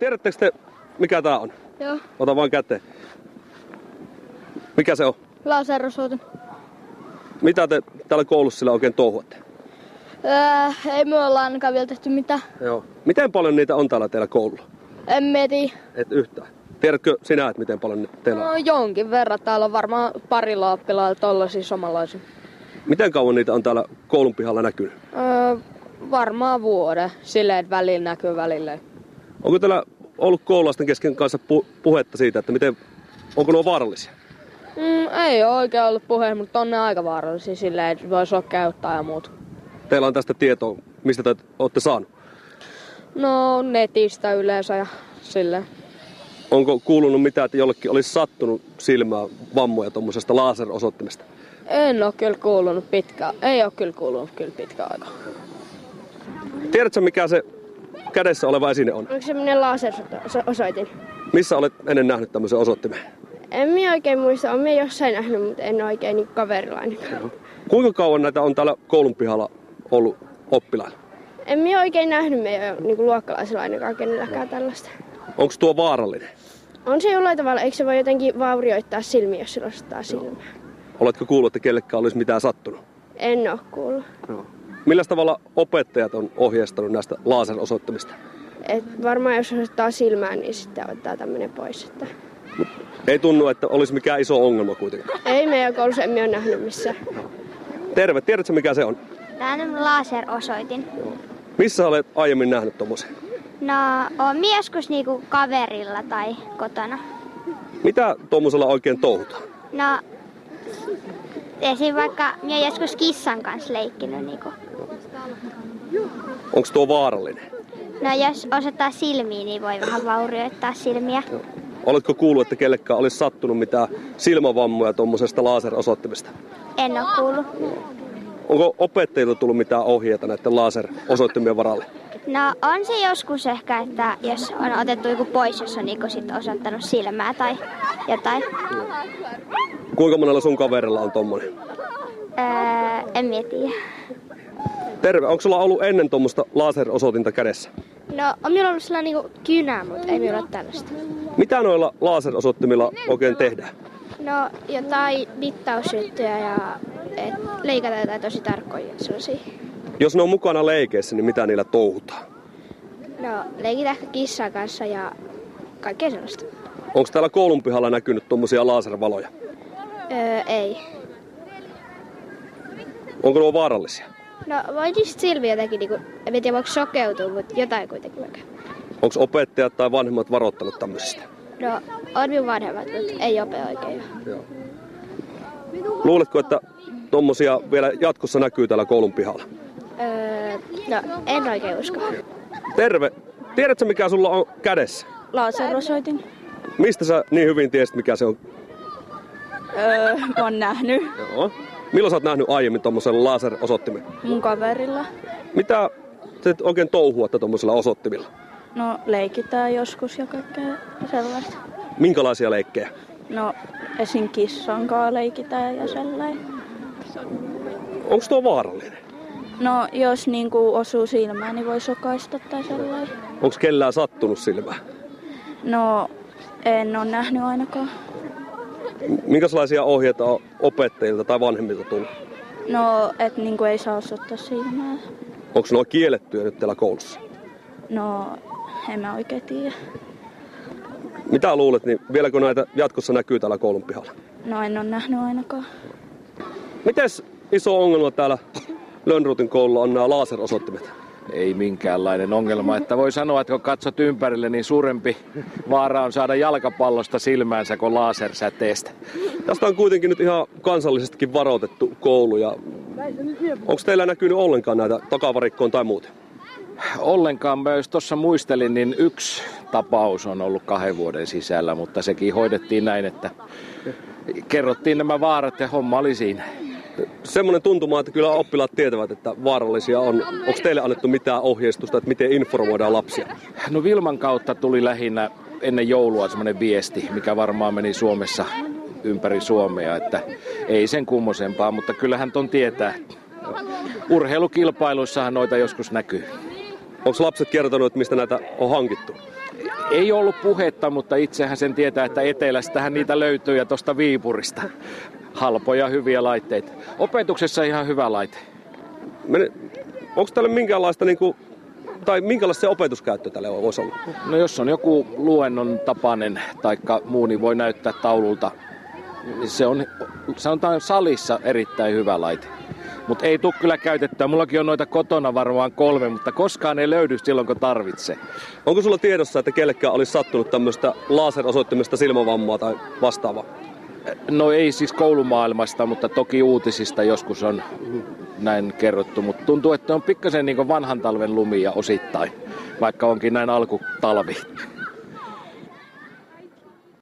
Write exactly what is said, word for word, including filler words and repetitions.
Tiedättekö te, mikä tää on? Joo. Ota vaan käteen. Mikä se on? Laserosoitin. Mitä te täällä koulussa sillä oikein touhuatte? Öö, ei me olla ainakaan vielä tehty mitään. Joo. Miten paljon niitä on täällä teillä koululla? En mieti. Et yhtään. Tiedätkö sinä, että miten paljon teillä on? No jonkin verran. Täällä on varmaan parilla oppilailla tollaisia samanlaisia. Miten kauan niitä on täällä koulun pihalla näkynyt? Öö, varmaan vuoden. Silleen, että välillä näkyy välillä. Onko täällä ollut koululaisten kesken kanssa pu- puhetta siitä, että miten, onko nuo vaarallisia? Mm, ei ole oikein ollut puhe, mutta on ne aika vaarallisia silleen, että voisi olla käyttää ja muuta. Teillä on tästä tietoa, mistä te olette saanut? No netistä yleensä ja silleen. Onko kuulunut mitään, että jollekin olisi sattunut silmään vammoja tuommoisesta laserosoittimesta? En ole kyllä kuulunut pitkään. Ei ole kyllä kuulunut kyllä pitkään aikaa. Tiedätkö, mikä se kädessä oleva esine on? Onko se semmoinen laserosoitin? Missä olet ennen nähnyt tämmöisen osoittimen? En minä oikein muista. Olen minä jossain nähnyt, mutta en oikein niin kaverilla ainakaan. Kuinka kauan näitä on täällä koulun pihalla ollut oppilailla? En minä oikein nähnyt meidän niin luokkalaisilla ainakaan kenelläkään tällaista. Onko tuo vaarallinen? On se jollain tavalla. Eikö se voi jotenkin vaurioittaa silmiä, jos se nostaa silmää? Oletko kuullut, että kellekään olisi mitään sattunut? En ole kuullut. Joo. Millä tavalla opettajat on ohjeistanut näistä laserosoittimista? Et varmaan jos osoittaa silmään, niin sitten ottaa tämmöinen pois. Että... Ei tunnu, että olisi mikään iso ongelma kuitenkaan. Ei meidän koulussa, emme ole nähnyt missään. Terve, tiedätkö mikä se on? Tää on laserosoitin. Missä olet aiemmin nähnyt tommosen? No, oon joskus niinku kaverilla tai kotona. Mitä tuommoisella oikein touhutaan? No, esim. Vaikka minä joskus kissan kanssa leikkinyt niinku. Onko tuo vaarallinen? No, jos osoittaa silmiä, niin voi vähän vaurioittaa silmiä. Joo. Oletko kuullut, että kellekään olisi sattunut mitään silmävammoja tuommoisesta laserosoittimesta? En oo kuullut. Onko opettajilta tullut mitään ohjeita näiden laserosoittimien varalle? No, on se joskus ehkä, että jos on otettu joku pois, jos on niinku sit osoittanut silmää tai jotain. Kuinka monella sun kaverilla on tommonen? Öö, en mietiä. Terve, onko sulla ollut ennen tuommoista laserosoitinta kädessä? No, on minulla ollut sellainen niinku kynä, mutta ei minulla ole tällaista. Mitä noilla laserosoittimilla oikein tehdään? No, jotain mittausjuttuja ja et, leikataan jotain tosi tarkkoja sellaisia. Jos ne on mukana leikeissä, niin mitä niillä touhutaan? No, leikitään ehkä kissan kanssa ja kaikkea sellaista. Onko täällä koulun pihalla näkynyt tuommoisia laservaloja? Öö, ei. Onko nuo vaarallisia? No, voi just silmiä jotenkin, niinku, en tiedä voiko sokeutua, mutta jotain kuitenkin vaikka. Onko opettajat tai vanhemmat varoittanut tämmöisistä? No, on minun vanhemmat, mutta ei ope oikein. Joo. Luuletko, että tommosia vielä jatkossa näkyy täällä koulun pihalla? Öö, no, en oikein usko. Terve! Tiedätkö mikä sulla on kädessä? Laserosoitin. Mistä sä niin hyvin tiesit mikä se on? Öö, on nähnyt. Joo. Milloin sä oot nähnyt aiemmin tommosen laserosoittimen? Mun kaverilla. Mitä sä oikein touhuatte tommosella osoittimilla? No leikitään joskus ja kaikkea sellaista. Minkälaisia leikkejä? No esim. Kissan kanssa leikitään ja sellainen. Onko tuo vaarallinen? No jos niinku osuu silmään, niin voi sokaista tai sellainen. Onko kellään sattunut silmään? No en ole nähnyt ainakaan. Minkälaisia ohjeita on opettajilta tai vanhemmilta tullut? No et niinku ei saa osoittaa silmää. Onko nuo kiellettyjä nyt täällä koulussa? No en mä oikein tiedä. Mitä luulet, niin vieläkö näitä jatkossa näkyy täällä koulun pihalla? No en ole nähnyt ainakaan. Mites iso ongelma täällä Lönnrotin koululla on nämä laserosoittimet? Ei minkäänlainen ongelma. Että voi sanoa, että kun katsot ympärille, niin suurempi vaara on saada jalkapallosta silmäänsä kuin lasersäteestä. Tästä on kuitenkin nyt ihan kansallisestikin varoitettu koulu. Ja onko teillä näkynyt ollenkaan näitä takavarikkoon tai muuten? Ollenkaan. Mä jos tuossa muistelin, niin yksi tapaus on ollut kahden vuoden sisällä, mutta sekin hoidettiin näin, että kerrottiin nämä vaarat ja homma oli siinä. Semmoinen tuntuma, että kyllä oppilaat tietävät, että vaarallisia on. Onko teille annettu mitään ohjeistusta, että miten informoidaan lapsia? No Vilman kautta tuli lähinnä ennen joulua semmoinen viesti, mikä varmaan meni Suomessa ympäri Suomea, että ei sen kummosempaa, mutta kyllähän ton tietää. Urheilukilpailuissahan noita joskus näkyy. Onko lapset kertonut, että mistä näitä on hankittu? Ei ollut puhetta, mutta itsehän sen tietää, että etelästähän niitä löytyy ja tuosta Viipurista. Halpoja, hyviä laitteita. Opetuksessa ihan hyvä laite. Onko täällä minkäänlaista, niin kuin, tai minkälaista se opetuskäyttö tälle voisi olla? No jos on joku luennon tapainen tai muu, niin voi näyttää taululta. Se on, sanotaan salissa erittäin hyvä laite. Mutta ei tule kyllä käytettyä. Mullakin on noita kotona varmaan kolme, mutta koskaan ei löydy silloin, kun tarvitsee. Onko sulla tiedossa, että kellekään olisi sattunut tämmöistä laserosoittimesta silmävammaa tai vastaavaa? No ei siis koulumaailmasta, mutta toki uutisista joskus on näin kerrottu. Mutta tuntuu, että on pikkasen niin kuin vanhan talven lumia osittain, vaikka onkin näin alkutalvi.